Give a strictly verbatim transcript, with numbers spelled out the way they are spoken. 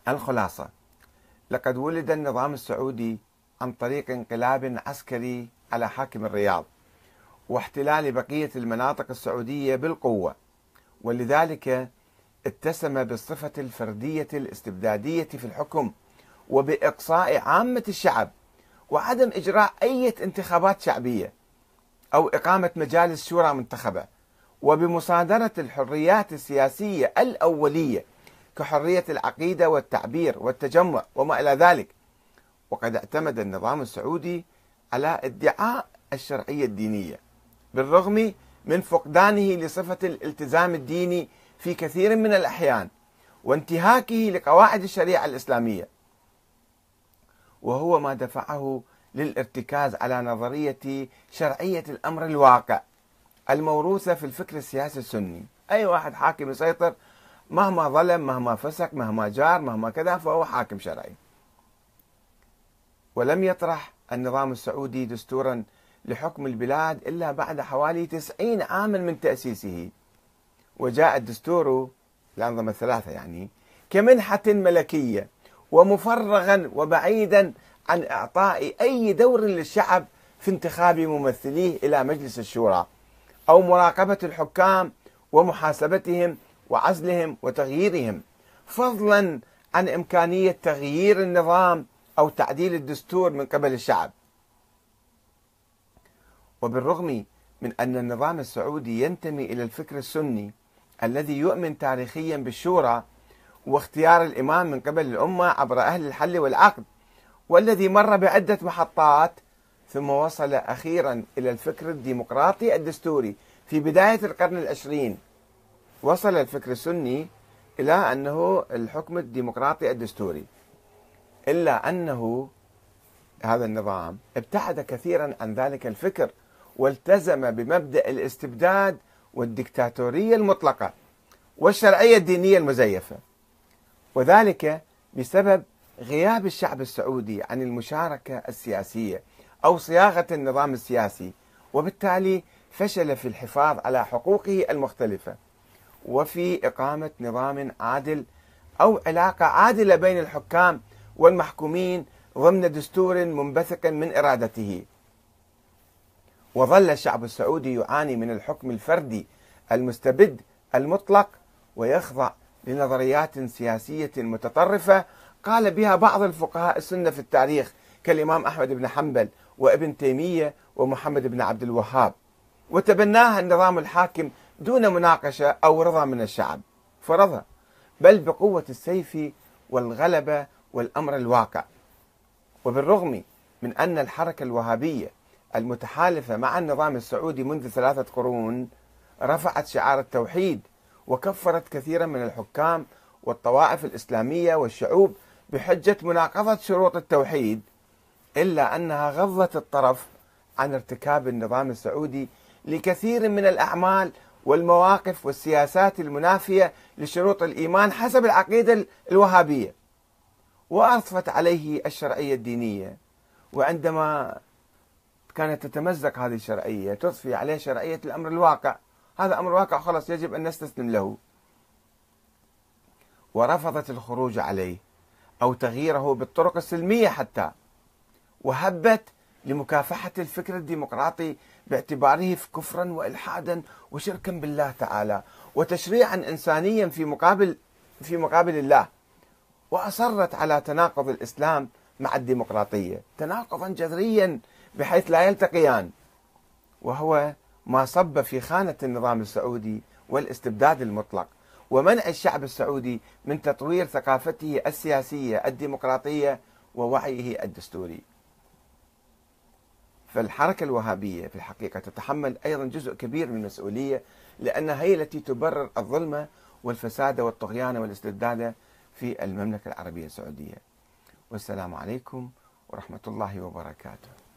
الخلاصة: لقد ولد النظام السعودي عن طريق انقلاب عسكري على حاكم الرياض واحتلال بقية المناطق السعودية بالقوة، ولذلك اتسم بالصفة الفردية الاستبدادية في الحكم وبإقصاء عامة الشعب وعدم إجراء أي انتخابات شعبية أو إقامة مجالس شورى منتخبة، وبمصادرة الحريات السياسية الأولية كحرية العقيدة والتعبير والتجمع وما إلى ذلك. وقد اعتمد النظام السعودي على ادعاء الشرعية الدينية بالرغم من فقدانه لصفة الالتزام الديني في كثير من الأحيان وانتهاكه لقواعد الشريعة الإسلامية، وهو ما دفعه للارتكاز على نظرية شرعية الأمر الواقع الموروثة في الفكر السياسي السني. أي واحد حاكم يسيطر مهما ظلم، مهما فسق، مهما جار، مهما كذا، فهو حاكم شرعي. ولم يطرح النظام السعودي دستورا لحكم البلاد إلا بعد حوالي تسعين عاما من تأسيسه، وجاء الدستور الأنظمة الثلاثة يعني كمنحة ملكية ومفرغا وبعيدا عن إعطاء أي دور للشعب في انتخاب ممثليه إلى مجلس الشورى أو مراقبة الحكام ومحاسبتهم وعزلهم وتغييرهم، فضلا عن إمكانية تغيير النظام أو تعديل الدستور من قبل الشعب. وبالرغم من أن النظام السعودي ينتمي إلى الفكر السني الذي يؤمن تاريخيا بالشورى واختيار الإمام من قبل الأمة عبر أهل الحل والعقد، والذي مر بعدة محطات ثم وصل أخيرا إلى الفكر الديمقراطي الدستوري في بداية القرن العشرين، وصل الفكر السني إلى أنه الحكم الديمقراطي الدستوري، إلا أنه هذا النظام ابتعد كثيرا عن ذلك الفكر والتزم بمبدأ الاستبداد والديكتاتورية المطلقة والشرعية الدينية المزيفة، وذلك بسبب غياب الشعب السعودي عن المشاركة السياسية أو صياغة النظام السياسي، وبالتالي فشل في الحفاظ على حقوقه المختلفة وفي إقامة نظام عادل أو علاقة عادلة بين الحكام والمحكومين ضمن دستور منبثق من إرادته. وظل الشعب السعودي يعاني من الحكم الفردي المستبد المطلق ويخضع لنظريات سياسية متطرفة قال بها بعض الفقهاء السنة في التاريخ كالإمام أحمد بن حنبل وابن تيمية ومحمد بن عبد الوهاب، وتبناها النظام الحاكم دون مناقشة أو رضا من الشعب، فرضها بل بقوة السيف والغلبة والأمر الواقع. وبالرغم من أن الحركة الوهابية المتحالفة مع النظام السعودي منذ ثلاثة قرون رفعت شعار التوحيد وكفرت كثيرا من الحكام والطوائف الإسلامية والشعوب بحجة مناقضة شروط التوحيد، إلا أنها غضت الطرف عن ارتكاب النظام السعودي لكثير من الأعمال والمواقف والسياسات المنافية لشروط الإيمان حسب العقيدة الوهابية، وأضفت عليه الشرعية الدينية. وعندما كانت تتمزق هذه الشرعية تضفي عليه شرعية الأمر الواقع، هذا أمر واقع خلاص يجب أن نستسلم له، ورفضت الخروج عليه أو تغييره بالطرق السلمية حتى، وهبت لمكافحة الفكر الديمقراطي باعتباره كفرا وإلحادا وشركا بالله تعالى وتشريعا إنسانيا في مقابل في مقابل الله، وأصرت على تناقض الإسلام مع الديمقراطية تناقضا جذريا بحيث لا يلتقيان، وهو ما صب في خانة النظام السعودي والاستبداد المطلق ومنع الشعب السعودي من تطوير ثقافته السياسية الديمقراطية ووعيه الدستوري. فالحركة الوهابية في الحقيقة تتحمل أيضا جزء كبير من المسؤولية، لأنها هي التي تبرر الظلم والفساد والطغيان والاستبداد في المملكة العربية السعودية. والسلام عليكم ورحمة الله وبركاته.